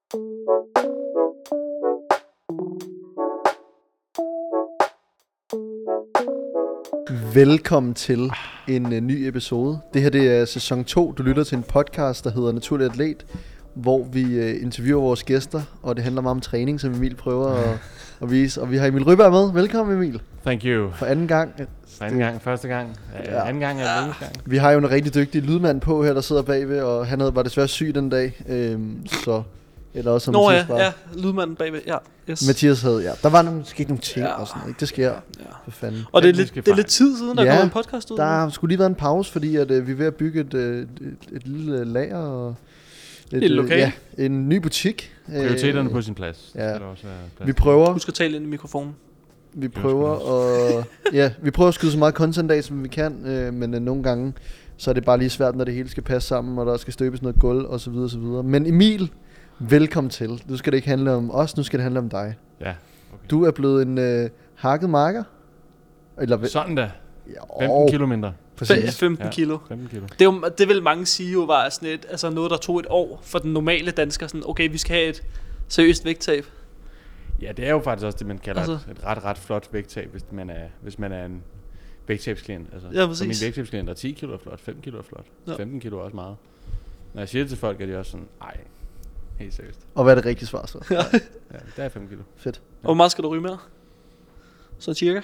Velkommen til en ny episode. Det her det er sæson 2. Du lytter til en podcast, der hedder Naturlig Atlet, hvor vi interviewer vores gæster, og det handler meget om træning, som Emil prøver at vise. Og vi har Emil Ryberg med. Velkommen, Emil. Thank you. For anden gang. Første gang. Anden gang eller anden gang. Vi har jo en rigtig dygtig lydmand på her, der sidder bagved, og han var desværre syg den dag. Eller også som Mathias var. Ja, lydmanden bagved, ja. Yes. Mathias havde, der var skete nogle ting og sådan noget, ikke? Det sker, for fanden. Og det er lidt tid siden, der er kommet en podcast ud. Der skulle lige været en pause, fordi at, vi er ved at bygge et lille lager og et lokale. En ny butik. Prioriteterne på sin plads. Ja. Plads. Vi prøver. Husk at tale ind i mikrofonen. Vi prøver at skyde så meget content af, som vi kan, men nogle gange så er det bare lige svært, når det hele skal passe sammen, og der skal støbes noget gulv og så videre og så videre. Men Emil, velkommen til. Nu skal det ikke handle om os, nu skal det handle om dig. Ja. Okay. Du er blevet en hakket marker. Eller sådan da. 15 kilo mindre. Præcis. 15 kilo. 15 kilo. Det vil mange sige jo var sådan noget, der tog et år for den normale dansker. Sådan, okay, vi skal have et seriøst vægttab. Ja, det er jo faktisk også det, man kalder et ret flot vægttab, hvis man er en vægttabsklient. Altså, ja, præcis. Min vægttabsklient er 10 kilo er flot, 5 kilo er flot, 15 kilo er også meget. Når jeg siger det til folk, er de også sådan, ej, helt seriøst. Og hvad er det rigtige svar så? Ja, det er 5 kilo. Fedt. Og hvor meget skal du ryge med? Så cirka?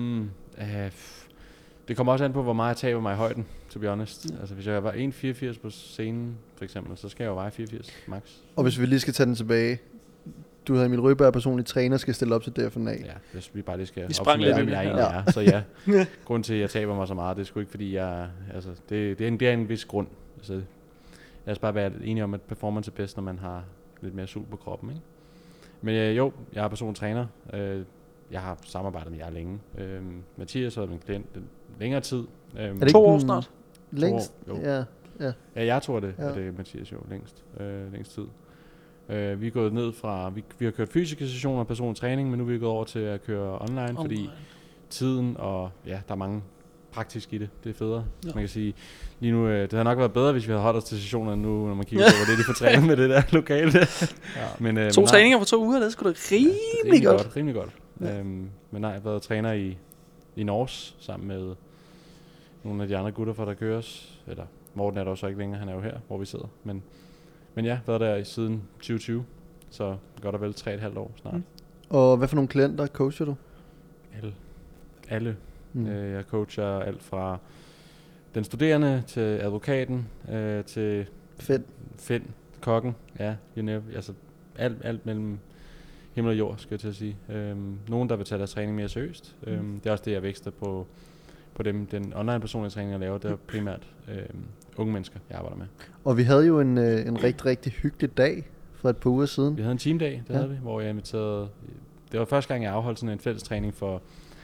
Det kommer også an på, hvor meget jeg taber mig i højden, to be honest. Altså hvis jeg var 1,84 på scenen, for eksempel, så skal jeg jo veje 84 max. Og hvis vi lige skal tage den tilbage, du havde Emil Ryberg, personlig træner, skal stille op til DFNA. Ja, hvis vi bare lige skal opsummere, hvem jeg egentlig er. Så ja, grunden til, at jeg taber mig så meget, det er sgu ikke, fordi jeg... Altså, det er en vis grund. Altså, lad os bare være enige om, at performance er bedst, når man har lidt mere sul på kroppen, ikke? Men jeg er personlig træner. Jeg har samarbejdet med jer længe. Mathias har været min klient længere tid. Er det 2 år snart? Længst? 2 år, jo. Ja, jeg tror det, at det er Mathias jo længst tid. Vi er gået ned fra, vi har kørt fysiske sessioner og personlig træning, men nu er vi gået over til at køre online, fordi tiden og der er mange praktisk i det. Det er federe. Ja. Man kan sige, lige nu, det havde nok været bedre, hvis vi havde holdt os til sessioner nu, når man kigger på, hvor det de får trænet med det der lokale. Men, 2 træninger på 2 uger, det er sgu da rimelig godt. Rimelig godt. Ja. Men nej, jeg har været træner i Norge, sammen med nogle af de andre gutter fra der køres. Eller Morten er der jo så ikke længere, han er jo her, hvor vi sidder. Men ja, været der siden 2020, så godt og vel 3,5 år snart. Og hvad for nogle klienter coacher du? Alle. Jeg coacher alt fra den studerende til advokaten, til Finn, kokken, altså alt mellem himmel og jord, skal jeg til at sige. Nogen, der vil tage deres træning mere seriøst. Det er også det, jeg vækster på dem. Den online personlige træning, jeg laver, det er primært unge mennesker, jeg arbejder med. Og vi havde jo en rigtig, rigtig hyggelig dag for et par uger siden. Vi havde en teamdag, hvor jeg inviterede... Det var første gang, jeg afholdt sådan en fælles træning for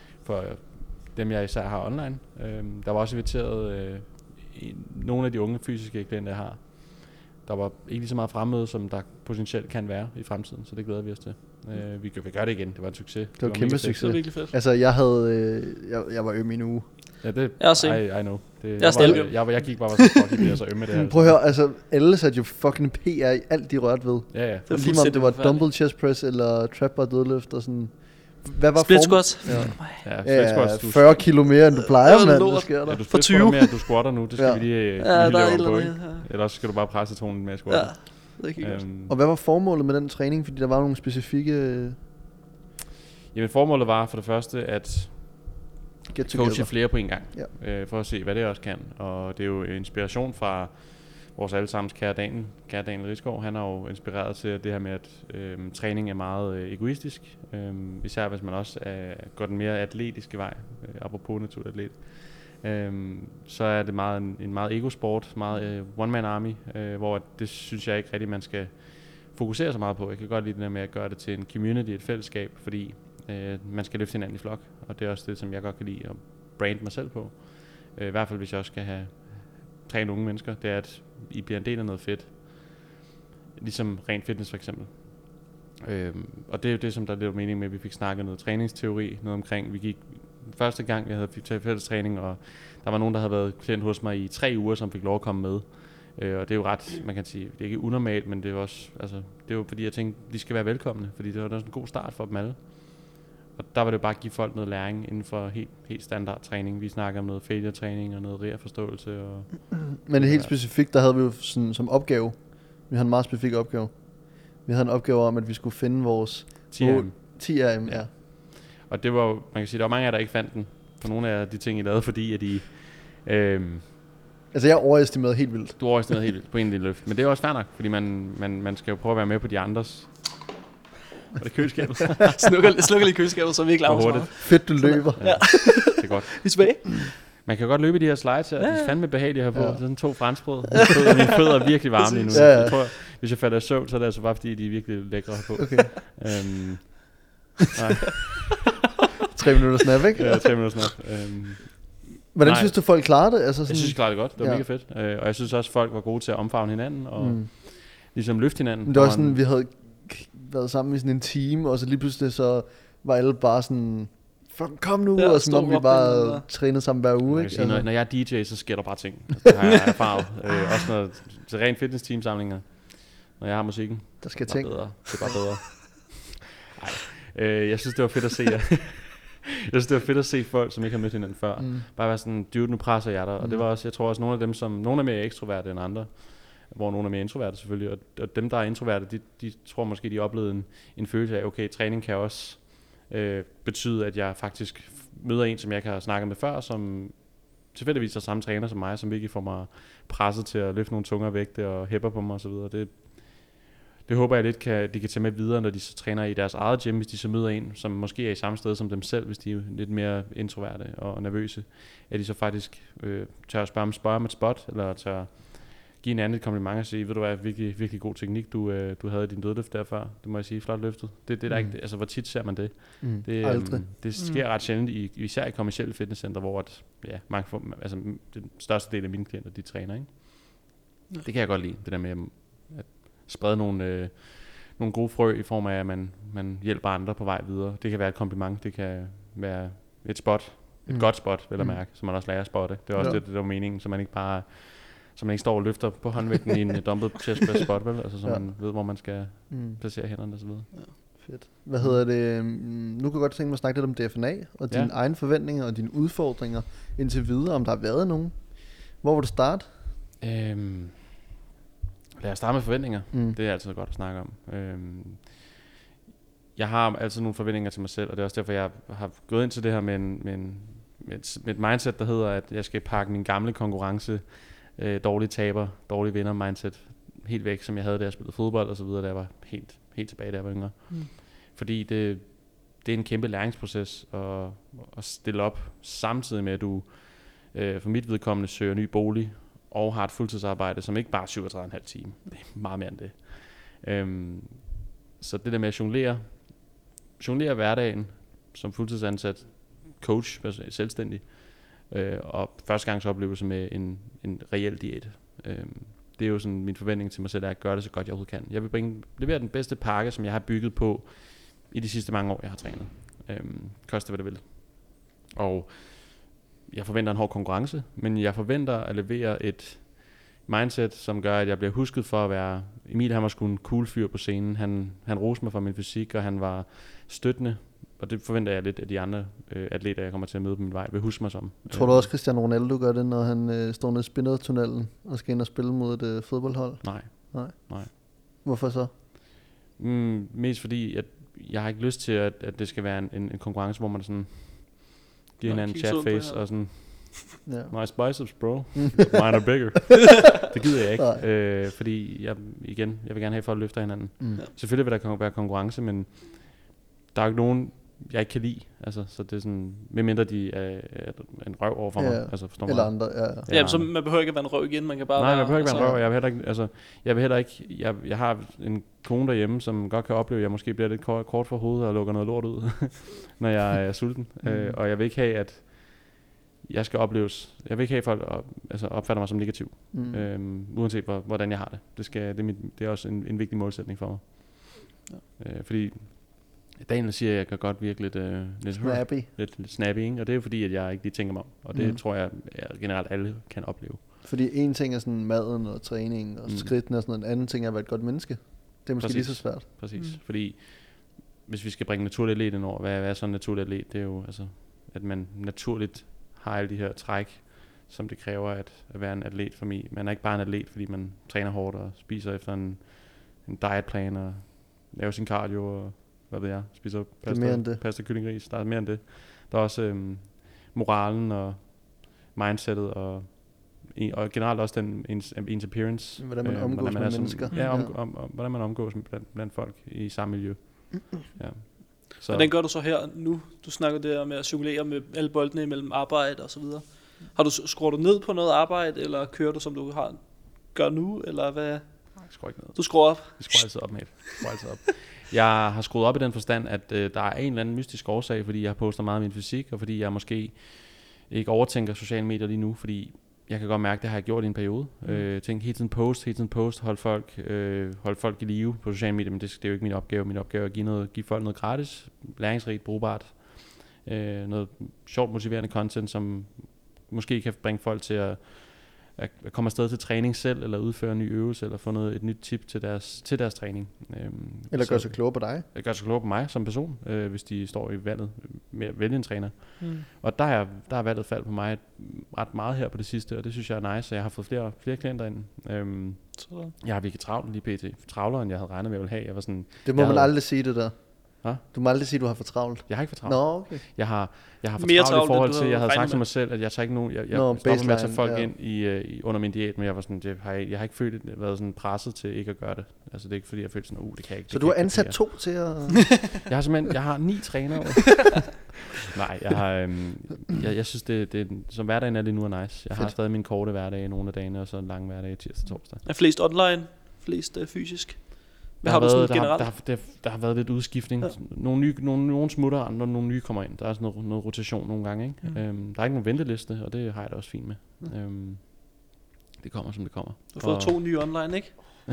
dem, jeg især har online. Der var også inviteret nogle af de unge fysiske klienter, jeg har. Der var ikke lige så meget fremmøde, som der potentielt kan være i fremtiden, så det glæder vi os til. Vi gør det igen. Det var en succes. Det var kæmpe succes. Det var virkelig fedt. Altså, jeg var øm i en uge. Ja, det I know. Jeg gik bare så fucking bliver så ømme med det her. Prøv at høre, altså alle satte jo fucking PR i alt de rørte ved. Ja. Lige om det var dumbbell chest press eller trap bar dødløft og sådan. Hvad var split squats? Ja, 40 kilo mere end du plejer, mand. Hvad sker der? Ja, du split squatter mere end du squatter nu. Det skal vi lige lave på, ikke? Ellers skal du bare presse tonen med at squatte. Ja, det kan og hvad var formålet med den træning? Fordi der var nogle specifikke... Jamen formålet var for det første at coache flere på en gang, for at se, hvad det også kan. Og det er jo inspiration fra vores allesammens kære Daniel Rigsgaard. Han har jo inspireret til det her med, at træning er meget egoistisk. Især hvis man også går den mere atletiske vej, apropos naturatlet. Så er det en meget ego-sport, meget one-man army, hvor det synes jeg ikke rigtig, man skal fokusere så meget på. Jeg kan godt lide det der med at gøre det til en community, et fællesskab, fordi man skal løfte hinanden i flok, og det er også det, som jeg godt kan lide at brande mig selv på. I hvert fald, hvis jeg også skal have træne unge mennesker, det er, at I bliver en del af noget fedt. Ligesom ren fitness for eksempel. Og det er jo det, som der er lidt mening med, at vi fik snakket noget træningsteori, noget omkring, vi gik første gang, jeg havde taget fælles træning, og der var nogen, der havde været klient hos mig i 3 uger, som fik lov at komme med. Og det er jo ret, man kan sige, det er ikke unormalt, men det er også, altså, det er jo fordi, jeg tænkte, de skal være velkomne, fordi det var sådan en god start for dem alle. Og der var det jo bare at give folk noget læring inden for helt standard træning. Vi snakker om noget failure-træning og noget REA-forståelse. Men helt specifikt, der havde vi jo sådan, som opgave, vi havde en meget specifik opgave. Vi havde en opgave om, at vi skulle finde vores 10RM, ja. Og det var jo, man kan sige, der var mange af jer, der ikke fandt den på nogle af de ting, I lavede, fordi at I... altså jeg overestimerede helt vildt. Du overestimerede helt vildt på en lille løft. Men det er også fair nok, fordi man skal jo prøve at være med på de andres. Og det køleskabet. Slukker lige køleskabet, så vi ikke laver så meget. Fedt, du løber. Ja. Det er godt. Vi er tilbage. Man kan godt løbe i de her slides her. De er fandme behagelige her på. Det er sådan 2 franskbrød. Mine fødder er virkelig varme lige nu. Ja. Jeg tror, hvis jeg falder i søvn, så er det altså bare fordi, de er virkelig lækre her på. Okay. Nej. 3 minutter snap, ikke? Ja, 3 minutter snap. Hvordan synes du, folk klarede det? Altså sådan, jeg synes, de klarede det godt. Det var mega fedt. Og jeg synes også, folk var gode til at omfavne hinanden og ligesom løfte hinanden. Men det var sådan, vi havde været sammen i sådan en team, og så lige pludselig så var alle bare sådan, kom nu, og som om vi bare trænede sammen hver uge. Ikke? Sige, når jeg er DJ, så sker der bare ting. Det har jeg erfaret. Også når til rent fitness teamsamlinger. Når jeg har musikken, der skal ting. Det er bare bedre. Jeg synes, det var fedt at se jer. Jeg synes, det var fedt at se folk, som ikke har mødt hinanden før. Bare være sådan, dude, nu presser jeg dig. Og det var også, jeg tror også, nogle af dem, som nogle er mere ekstroverte end andre, hvor nogle er mere introverte selvfølgelig. Og dem, der er introverte, de tror måske, de oplevede en følelse af, okay, træning kan også betyde, at jeg faktisk møder en, som jeg kan snakke med før, som tilfældigvis er samme træner som mig, som virkelig får mig presset til at løfte nogle tungere vægte og hæpper på mig osv. Det håber jeg lidt, de kan tage med videre, når de så træner i deres eget gym, hvis de så møder en, som måske er i samme sted som dem selv, hvis de er lidt mere introverte og nervøse, at de så faktisk tør at spørge om et spot, eller tør give en anden et kompliment og sige, ved du hvad, virkelig, virkelig god teknik, du havde i din dødløft derfør. Det må jeg sige, flot løftet. Det er der ikke, altså hvor tit ser man det? Det sker ret sjældent, især i kommercielle fitnesscenter, hvor altså den største del af mine klienter, de træner, ikke? Det kan jeg godt lide, det der med at sprede nogle gode frø i form af, at man hjælper andre på vej videre. Det kan være et kompliment, det kan være et spot, et godt spot, vel at mærke, så man også lærer at spotte. Det er også det var meningen, så man ikke bare står og løfter på håndvægten i en dumbbell chest press spot, vel? Altså så man ved, hvor man skal placere hænderne og så videre. Ja. Fedt. Hvad hedder det? Nu kan jeg godt tænke mig at snakke lidt om DFNA, og dine egne forventninger og dine udfordringer indtil videre, om der har været nogen. Hvor vil du starte? Lad os starte med forventninger. Det er altid godt at snakke om. Jeg har altid nogle forventninger til mig selv, og det er også derfor, jeg har gået ind til det her med et mindset, der hedder, at jeg skal pakke min gamle konkurrence, dårlige taber, dårlige vinder mindset helt væk, som jeg havde, da jeg spillede fodbold og så videre, da jeg var helt tilbage, da jeg var yngre. Fordi det er en kæmpe læringsproces at stille op, samtidig med, at du for mit vedkommende søger ny bolig, og har et fuldtidsarbejde, som ikke bare er 37,5 timer. Det er meget mere end det. Så det der med at jonglere hverdagen som fuldtidsansat coach, selvstændig, og førstegangsoplevelse med en reel diæt. Det er jo sådan min forventning til mig selv, at gøre det så godt jeg overhovedet kan. Jeg vil levere den bedste pakke, som jeg har bygget på i de sidste mange år, jeg har trænet. Koste hvad det vil. Og jeg forventer en hård konkurrence, men jeg forventer at levere et mindset, som gør, at jeg bliver husket for at være... Emil, han var sgu en cool fyr på scenen. Han roste mig for min fysik, og han var støttende. Og det forventer jeg lidt, at de andre atleter, jeg kommer til at møde på min vej, vil huske mig som. Tror du også, Cristiano Ronaldo gør det, når han står nede i spindertunnelen og skal ind og spille mod et fodboldhold? Nej. Hvorfor så? Mest fordi, at jeg har ikke lyst til, at det skal være en konkurrence, hvor man sådan giver hinanden chatface og sådan... Nice biceps, bro. Mine are bigger. Det gider jeg ikke, fordi jeg vil gerne have, at folk løfter hinanden. Selvfølgelig vil der være konkurrence, men der er ikke nogen, jeg ikke kan lide. Altså, så det er sådan, medmindre de er en røv over for mig. Altså, forstår eller andre, ja, så man behøver ikke at være en røv igen, man kan bare man behøver ikke være en røv. Jeg vil heller ikke, jeg har en kone derhjemme, som godt kan opleve, at jeg måske bliver lidt kort for hovedet og lukker noget lort ud, når jeg er sulten. Og jeg vil ikke have, at jeg vil ikke have, at folk opfatter mig som negativ, uanset hvordan jeg har det. Det er også en vigtig målsætning for mig. Fordi Daniel siger, at jeg kan godt virke lidt snappy, ikke? Og det er jo fordi, at jeg ikke lige tænker mig om. Og det tror jeg generelt alle kan opleve. Fordi en ting er sådan maden og træning og skridtene og sådan noget. En anden ting er at være et godt menneske. Det er måske lige så svært. Præcis. Fordi hvis vi skal bringe naturlig atlet ind over, hvad er så en naturlig atlet? Det er jo altså, at man naturligt har alle de her træk, som det kræver at være en atlet for mig. Man er ikke bare en atlet, fordi man træner hårdt og spiser efter en dietplan og laver sin cardio og hvad ved jeg, spiser pasta kyllingris. Der er mere end det. Der er også moralen og mindsetet og generelt også ens appearance. Hvordan man omgås med mennesker. Ja, hvordan man omgås blandt folk i samme miljø. Ja. Så. Hvordan gør du så her nu? Du snakker der med at jonglere med alle boldene imellem arbejde og så videre. Skruer du ned på noget arbejde, eller kører du som du gør nu, eller hvad? Nej, jeg skruer ikke ned. Du skruer op? Jeg skruer altid op, mate. Jeg har skruet op i den forstand, at der er en eller anden mystisk årsag, fordi jeg poster meget af min fysik, og fordi jeg måske ikke overtænker sociale medier lige nu, fordi jeg kan godt mærke, det har jeg gjort i en periode. Tænk hele tiden post, hold folk i live på sociale medier, men det er jo ikke min opgave. Min opgave er at give folk noget gratis, læringsrigt, brugbart, noget sjovt, motiverende content, som måske kan bringe folk til at komme afsted til træning selv, eller udføre en ny øvelse, eller få et nyt tip til deres træning. Eller gøre sig klogere på dig. Eller gøre sig klogere på mig som person, hvis de står i valget med at vælge en træner. Og der er valget faldet på mig ret meget her på det sidste, og det synes jeg er nice, så jeg har fået flere klienter ind. Jeg har virkelig travlt lige pt. Travlere, end jeg havde regnet med at ville have. Jeg var sådan, det må man aldrig sige det der. Du må aldrig sige, at du har for travlt. Jeg har ikke for travlt. Nå, okay. Jeg har for travlt i forhold til, jeg havde sagt til mig selv, at jeg tager ikke nogen, jeg stopper med at tage folk ind under min diæt, men jeg var sådan, jeg har ikke været sådan presset til ikke at gøre det. Altså det er ikke fordi, jeg følte sådan, det kan jeg ikke. Så du har ansat 2 til at... jeg har 9 trænere. Nej, jeg synes, det som hverdagen er det nu er nice. Jeg har stadig min korte hverdag nogle af dagene, og så en lang hverdag tirsdag og torsdag. Er flest online, flest fysisk? Der har været lidt udskiftning. Ja. Nogle smutter, andre nogle nye kommer ind. Der er sådan noget rotation nogle gange. Ikke? Der er ikke nogen venteliste, og det har jeg da også fint med. Det kommer, som det kommer. Du har fået 2 nye online, ikke?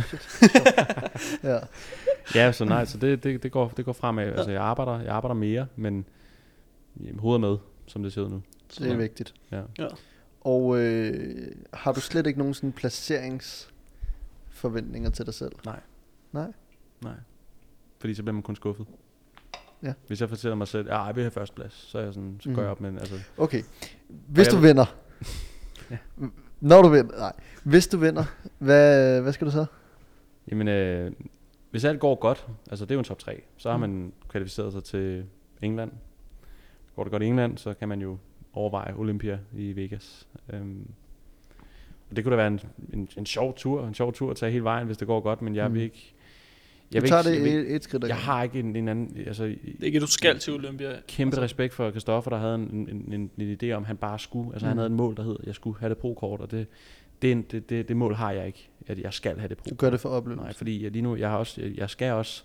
Ja, så nej, så det går fremad. Ja. Altså, jeg arbejder mere, men hovedet med, som det ser ud nu. Så det er vigtigt. Ja. Og har du slet ikke nogen sådan placeringsforventninger til dig selv? Nej. Fordi så bliver man kun skuffet. Ja. Hvis jeg fortæller mig selv, jeg vil have førsteplads, så er jeg sådan, så går jeg op med altså. Okay. Hvis du vinder. Ja. Når du vinder. Nej. Hvis du vinder, hvad skal du så? Jamen, hvis alt går godt, altså det er jo en top 3, så har man kvalificeret sig til England. Går det godt i England, så kan man jo overveje Olympia i Vegas. Det kunne da være en sjov tur at tage hele vejen, hvis det går godt, men jeg vil ikke. Jeg har ikke en anden. Altså, det er ikke, du skal til Olympia. Kæmpe respekt for Christoffer, der havde en idé om, han bare skulle. Altså han havde et mål, der hed, jeg skulle have det pro-kort, og det mål har jeg ikke, at jeg skal have det pro-kort. Du gør det for oplevelse. Nej, fordi lige nu, jeg skal også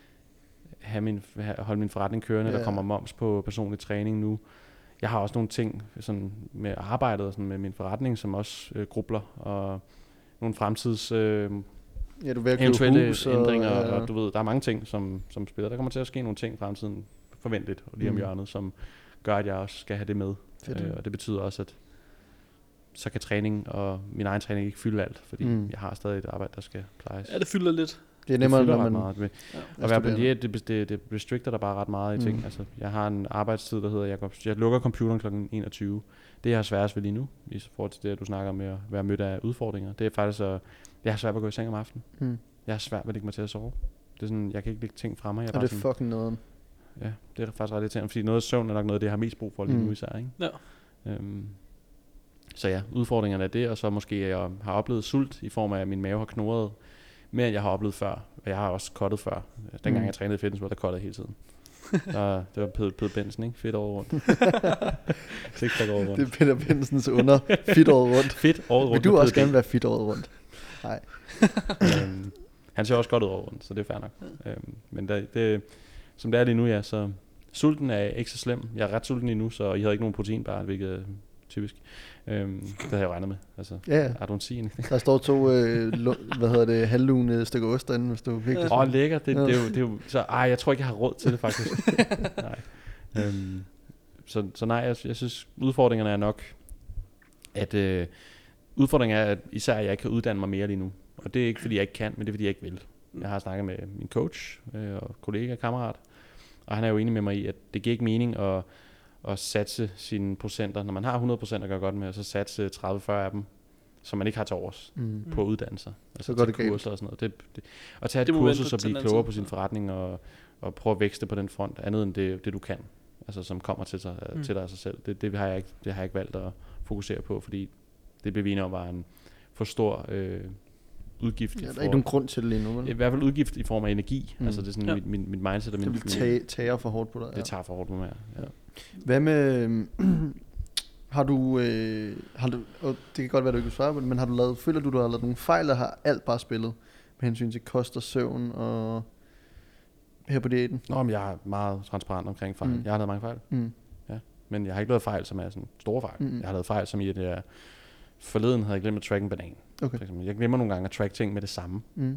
holde min forretning kørende, der kommer moms på personlig træning nu. Jeg har også nogle ting sådan med arbejdet og sådan med min forretning, som også grubler, og nogle fremtids du vil eventuelle ændringer, og du ved, der er mange ting, som spiller. Der kommer til at ske nogle ting i fremtiden, forventeligt, og lige om hjørnet, som gør, at jeg også skal have det med. Og det betyder også, at så kan træning og min egen træning ikke fylde alt, fordi jeg har stadig et arbejde, der skal plejes. Ja, det fylder lidt. Det er nemmere, når man... Meget. At være på diæt, det restrikter der bare ret meget i ting. Altså, jeg har en arbejdstid, der hedder, jeg lukker computeren kl. 21. Det jeg har sværest ved lige nu, i forhold til det, du snakker om med at være mødt af udfordringer, det er faktisk, at jeg har svært ved at gå i seng om aftenen. Jeg har svært ved at lægge mig til at sove. Det er sådan, jeg kan ikke lægge ting fra mig. Og det er fucking noget. Ja, det er faktisk ret irriterende, fordi noget søvn er nok noget, det jeg har mest brug for lige nu især, ikke? Ja. Så ja, udfordringerne er det, og så måske jeg har oplevet sult i form af, at min mave har knurret mere, end jeg har oplevet før. Og jeg har også cuttet før. Dengang jeg trænede i fitness, var der cuttet hele tiden. Det var Peder Benson, ikke? Fedt året rundt. Sixpack året rundt. Det er Peter Bensons under fedt året rundt. Fedt året rundt. Vil du også gerne være fedt året rundt? Nej. Han ser også godt ud året rundt, så det er fair nok. Men det, som det er lige nu, ja, så sulten er ikke så slem. Jeg er ret sulten lige nu, så I havde ikke nogen proteinbar, hvilket er typisk. Det havde jeg regnet med. Altså, I don't see anything. Der står 2 halvlune stykker ost derinde, hvis du virkelig... Lækkert. Det er jo så, jeg tror ikke, jeg har råd til det, faktisk. Nej. Så nej, jeg synes, udfordringerne er nok, at udfordringen er, at især jeg ikke kan uddanne mig mere lige nu. Og det er ikke, fordi jeg ikke kan, men det er, fordi jeg ikke vil. Jeg har snakket med min coach og kollega og kammerat, og han er jo enig med mig i, at det giver ikke mening at satse sine procenter, når man har 100% at gøre godt med, og så satse 30-40 af dem, som man ikke har til overs på uddannelser. Altså så går det galt. Og sådan noget. At tage et kursus og blive klogere på sin forretning og prøve at vækste på den front, andet end det du kan, altså som kommer til dig af sig selv. Det har jeg ikke valgt at fokusere på, fordi det blev vi enige om var en for stor udgift. Ja, der er ikke nogen grund til det lige nu. I hvert fald udgift i form af energi. Altså det er sådan mit mindset. Det tager for hårdt på dig. Det tager for hårdt på mig, ja. Hvad med... Har du, og det kan godt være, du ikke vil svare på det, men føler du har lavet nogle fejl, der har alt bare spillet med hensyn til kost og søvn og her på diæten? Nå, men jeg er meget transparent omkring fejl. Jeg har lavet mange fejl. Ja. Men jeg har ikke lavet fejl, som er sådan store fejl. Jeg har lavet fejl, som i at jeg forleden havde jeg glemt at tracke en banan. Okay. For eksempel. Jeg glemmer nogle gange at track ting med det samme.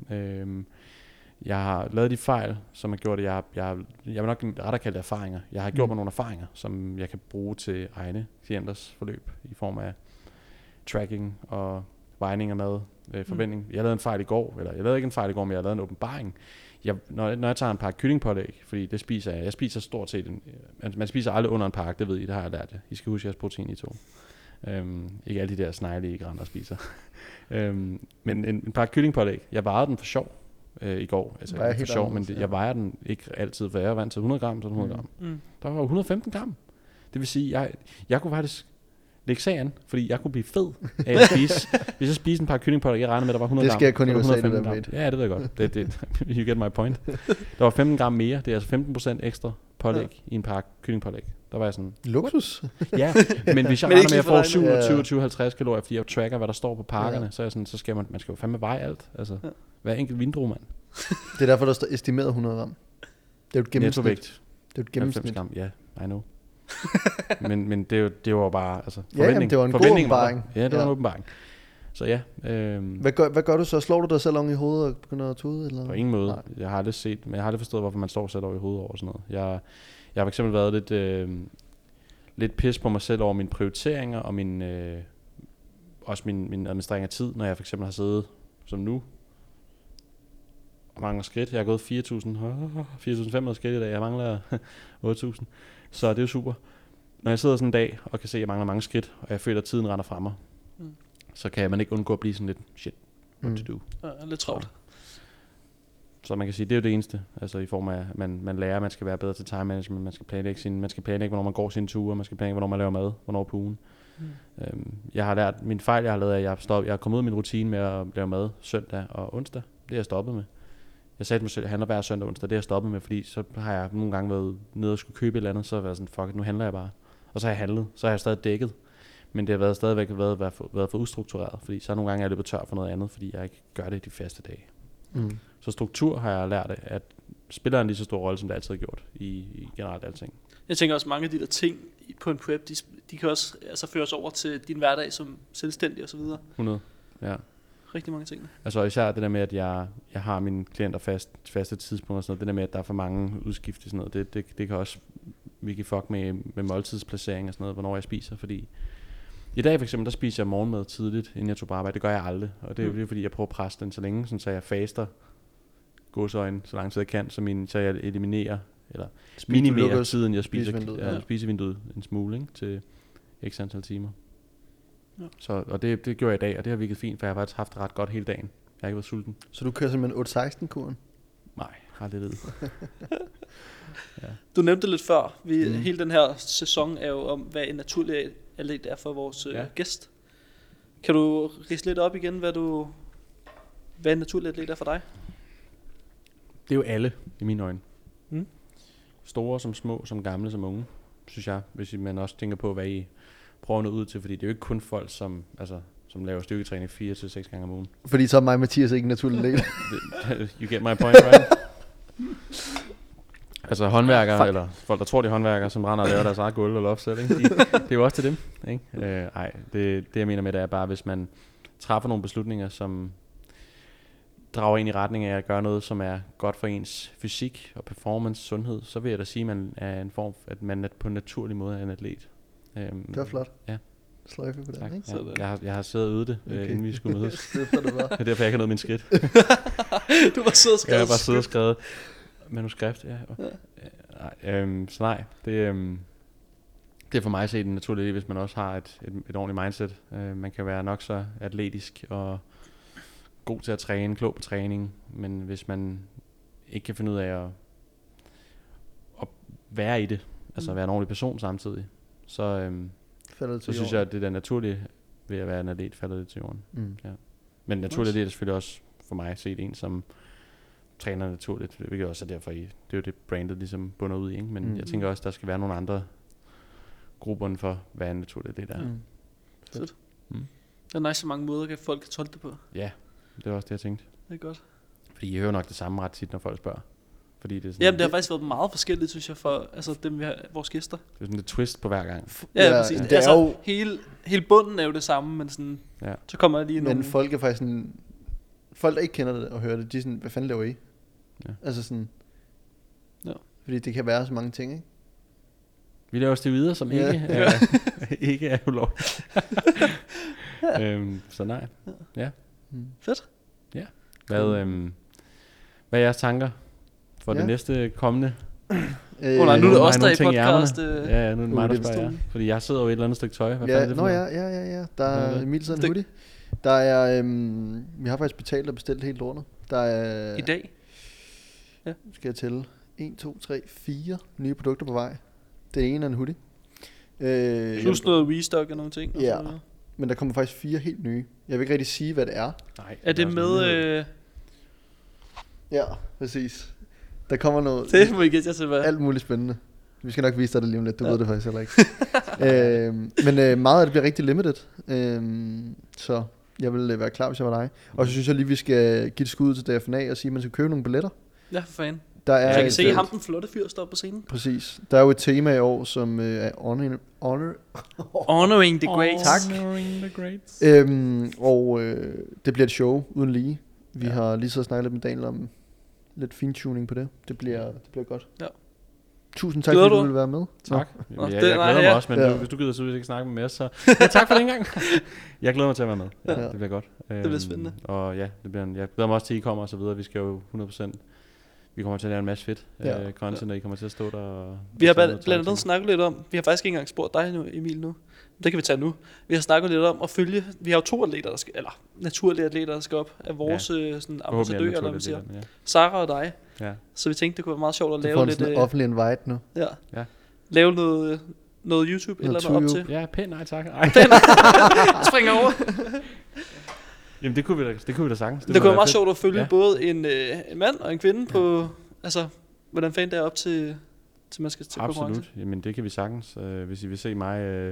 Jeg har lavet de fejl, som har gjort, at jeg vil nok ret kalde det erfaringer. Jeg har gjort mig nogle erfaringer, som jeg kan bruge til egne klienters forløb i form af tracking og vejning af mad, forventning. Jeg lavede en fejl i går, eller jeg lavede ikke en fejl i går, men jeg lavede en åbenbaring. Når jeg tager en pakke kyllingpålæg, fordi det spiser jeg spiser stort set, man spiser aldrig under en pakke, det ved I, det har jeg lært jer. I skal huske jeres protein i 2. Ikke alle de der snegle i grænder spiser. Men en pakke kyllingpålæg, jeg vejede den for sjov i går, altså for sjov, men jeg vejer den ikke altid, for jeg er vant til 100 gram, så 100 gram. Der var 115 gram. Det vil sige, jeg kunne faktisk lægge sagen, fordi jeg kunne blive fed af at spise. Hvis jeg spiste en pakke kyllingpålæg, jeg regnede med, at der var 100 gram. Det skal jeg kun i USA, det der med. Ja, det ved jeg godt. You get my point. Der var 15 gram mere, det er altså 15% ekstra pålæg i en pakke kyllingpålæg. Der var jeg sådan... Luksus? Ja, men hvis jeg regner med, at jeg får 27-50 kalorier, fordi jeg tracker, hvad der står på pakkerne, så er jeg sådan, så skal man skal jo fandme veje alt. Altså, hver enkelt vindrue, mand. Det er derfor, der står estimeret 100 gram. Det er jo et gennemsnit. Nettovægt. Det er et gennemsnit. Gram, ja, I know. men det var bare, altså, forventning. Det var en god åbenbaring. Ja, det var en åbenbaring. Så ja. Hvad gør du så? Slår du dig selv oven i hovedet og begynder at tude? Eller? På ingen måde. Nej. Jeg har aldrig set, men jeg har aldrig forstået, hvorfor man står selv over i hovedet over sådan noget. Jeg har for eksempel været lidt pis på mig selv over mine prioriteringer og også min administrering af tid, når jeg for eksempel har siddet som nu og mangler skridt. Jeg har gået 4.500 skridt i dag. Jeg mangler 8.000. Så det er jo super. Når jeg sidder sådan en dag og kan se, at jeg mangler mange skridt, og jeg føler, at tiden render fra mig, så kan man ikke undgå at blive sådan lidt shit, what to do. Lidt travlt. Så man kan sige, det er jo det eneste, altså i form af, at man lærer, at man skal være bedre til time management, man skal planlægge, hvornår man går sine ture, man skal planlægge, hvornår man laver mad, hvornår på ugen. Jeg har lært, min fejl jeg har lavet, at jeg har kommet ud af min rutine med at lave mad søndag og onsdag. Det har jeg stoppet med. Jeg sagde til mig selv, at jeg handler hver søndag og onsdag, det har jeg stoppet med, fordi så har jeg nogle gange været nede og skulle købe et eller andet, så har jeg været sådan, fuck it, nu handler jeg bare. Og så har jeg handlet, så har jeg stadig dækket. Men det har stadigvæk været for ustruktureret, fordi så nogle gange er jeg løbet tør for noget andet, fordi jeg ikke gør det de faste dage. Så struktur har jeg lært, at spiller en lige så stor rolle, som det altid har gjort i generelt alting. Jeg tænker også, mange af de der ting på en prep, de kan også altså føres over til din hverdag som selvstændig og så videre. 100, ja. Rigtig mange ting. Altså især det der med, at jeg har mine klienter faste tidspunkter og sådan noget. Det der med, at der er for mange udskift i sådan noget, det kan også virkelig fuck med måltidsplacering og sådan noget, hvornår jeg spiser, fordi i dag for eksempel, der spiser jeg morgenmad tidligt, inden jeg tog på arbejde. Det gør jeg aldrig, og det er jo fordi, jeg prøver at presse den så længe, så jeg faster gåseøjne så lang tid jeg kan, så jeg eliminerer, eller minimerer tiden, jeg spiser spisevinduet en smule, ikke, til x antal timer. Ja. Så, og det gjorde jeg i dag, og det har virket fint, for jeg har faktisk haft det ret godt hele dagen. Jeg har ikke været sulten. Så du kører simpelthen 8-16-kuren? Nej, har det ved. Ja. Du nævnte det lidt før. Hele den her sæson er jo om, hvad en naturlig atlet er for vores gæst. Kan du ridse lidt op igen, hvad en naturlig atlet er for dig? Det er jo alle, i mine øjne. Store som små, som gamle som unge, synes jeg. Hvis man også tænker på, hvad I prøver noget ud til. Fordi det er jo ikke kun folk, som laver styrketræning 4 til 6 gange om ugen. Fordi så er mig og Mathias ikke en naturlig atlet. You get my point, right? Altså håndværkere, eller folk, der tror, de er håndværkere, som render og laver deres eget gulv eller opsæt, det er jo også til dem. Ikke? Det jeg mener med det er bare, hvis man træffer nogle beslutninger, som drager ind i retning af at gøre noget, som er godt for ens fysik og performance, sundhed, så vil jeg da sige, at man er en form, at man på en naturlig måde er en atlet. Det er flot. Ja. sløjfe på den, ikke? Ja. Jeg har siddet og øvet det, inden vi skulle mødes. Det er derfor, jeg ikke har noget min skridt. Du var siddet og skrevet. Jeg har bare siddet og skrevet manuskript, ja. Så nej, det er for mig at se den naturlige, hvis man også har et ordentligt mindset. Man kan være nok så atletisk og god til at træne, klog på træning, men hvis man ikke kan finde ud af at være i det, altså være en ordentlig person samtidig, så synes jeg, at det der naturlige ved at være en atlet falder lidt til jorden. Ja. Men naturligt er det selvfølgelig også for mig set en, som træner naturligt, hvilket også er derfor, det er jo det brandet ligesom bunder ud i, ikke? Men jeg tænker også, der skal være nogle andre grupperne for, hvad en naturligt det er. Fedt. Det er nice, så mange måder, kan folk tolke det på. Ja, det er også det, jeg tænkte. Det er godt. Fordi jeg hører nok det samme ret tit, når folk spørger. Fordi det er sådan, jamen, det har faktisk været meget forskelligt, synes jeg, for dem, vi har, vores gæster. Det er sådan et twist på hver gang. Ja, præcis. Det altså, jo hele bunden er jo det samme, men sådan, så kommer der lige nogle... Men folk er faktisk sådan... Folk, der ikke kender det og hører det, de er sådan, hvad fanden laver I? Ja. Altså sådan... Ja. Fordi det kan være så mange ting, ikke? Vi laver os det videre, som ikke er ulovligt. Så nej. Ja. Fedt. Ja. Hvad er jeres tanker for det næste kommende? Nu er det også der i podcast. Ja, nu er det mig, der spørger jer. Fordi jeg sidder jo i et eller andet stykke tøj. Hvad fanden er det for ja. Der er Emil sådan en hoodie. Der er, vi har faktisk betalt og bestilt helt lortet. Der er... I dag? Ja. Skal jeg tælle? 1, 2, 3, 4 nye produkter på vej. Det ene er en hoodie. Plus noget restock og nogle ting. Ja, men der kommer faktisk 4 helt nye. Jeg vil ikke rigtig sige, hvad det er. Nej, er det med... Ja, præcis. Der kommer noget... Det må I gætte jer til, hvad? Alt muligt spændende. Vi skal nok vise dig det lige om lidt. Du ved det faktisk heller ikke. Men meget af det bliver rigtig limited. Så jeg vil være klar, hvis jeg var dig. Og så synes jeg lige, vi skal give et skud til DFNA og sige, at man skal købe nogle billetter. Ja, for fanden. Der er jeg kan se ham, den flotte fyr, står på scenen. Præcis. Der er jo et tema i år, som er Honoring the Greats. Tak. Honoring the Greats. Og det bliver et show uden lige. Vi har lige så snakket lidt med Daniel om lidt fintuning på det. Det bliver godt. Ja. Tusind tak, fordi du ville være med. Tak. Jamen, jeg glæder mig også, men hvis du gider så ikke snakke med os, så tak for den gang. Jeg glæder mig til at være med. Ja. Det bliver godt. Det bliver spændende. Og ja, jeg glæder mig også til, at I kommer og så videre. Vi skal jo 100%. Vi kommer til at lave en masse fedt content, og I kommer til at stå der. Og vi har blandt andet snakket lidt om, vi har faktisk ikke engang spurgt dig nu, Emil, nu. Det kan vi tage nu. Vi har snakket lidt om at følge, vi har jo 2 atleter, der skal, eller naturlige atleter, der skal op af vores sådan ambassadører, eller hvad man siger. Sarah og dig. Ja. Så vi tænkte, det kunne være meget sjovt at lave lidt... Du får en offentlig invite nu. Ja. Lave noget YouTube eller noget op til. Ja, pænt, nej tak. Springer over. Jamen det kunne vi da sagtens. Det kunne være meget sjovt at følge både en mand og en kvinde på, altså hvordan fanden det er op til man skal til konkurrence. Absolut, jamen det kan vi sagtens. Hvis I vil se mig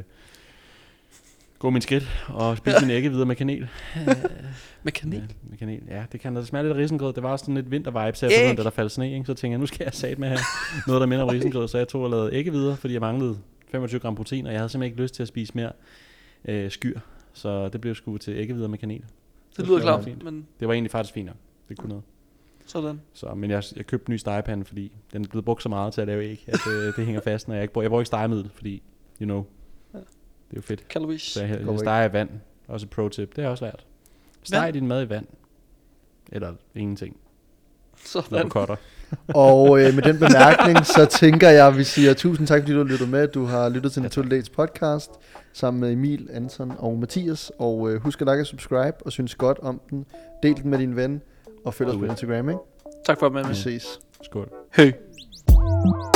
gå min skridt og spise min æggevidder med kanel. Med kanel? Med kanel, ja. Det kan noget. Det smager lidt af risengrød. Det var også sådan lidt vintervibes her, da der faldt sne, ikke? Så tænkte jeg, nu skal jeg sat med at have noget, der minder om risengrød. Så jeg tog og lavede æggevidder, fordi jeg manglede 25 gram protein, og jeg havde simpelthen ikke lyst til at spise mere skyr. Så det blev sgu til æggevidder med kanel. Det lyder klart, men... Det var egentlig faktisk fint nok. Det kunne noget. Sådan. Så, men jeg købte en ny stegepande, fordi den er blevet brugt så meget til at lave æg, at det hænger fast, når jeg bruger ikke stegemiddel, fordi, you know, det er jo fedt. Calories. Så jeg steger i vand, også pro tip, det har jeg også lært. Steg din mad i vand, eller ingenting. Sådan. Og med den bemærkning, så tænker jeg, at vi siger tusind tak, fordi du har lyttet med. Du har lyttet til Naturlig Dates podcast, sammen med Emil, Anton og Mathias. Og husk at like og subscribe, og synes godt om den. Del den med din ven, og følg os på Instagram, ikke? Tak for at være med. Vi ses. Skål. Hej.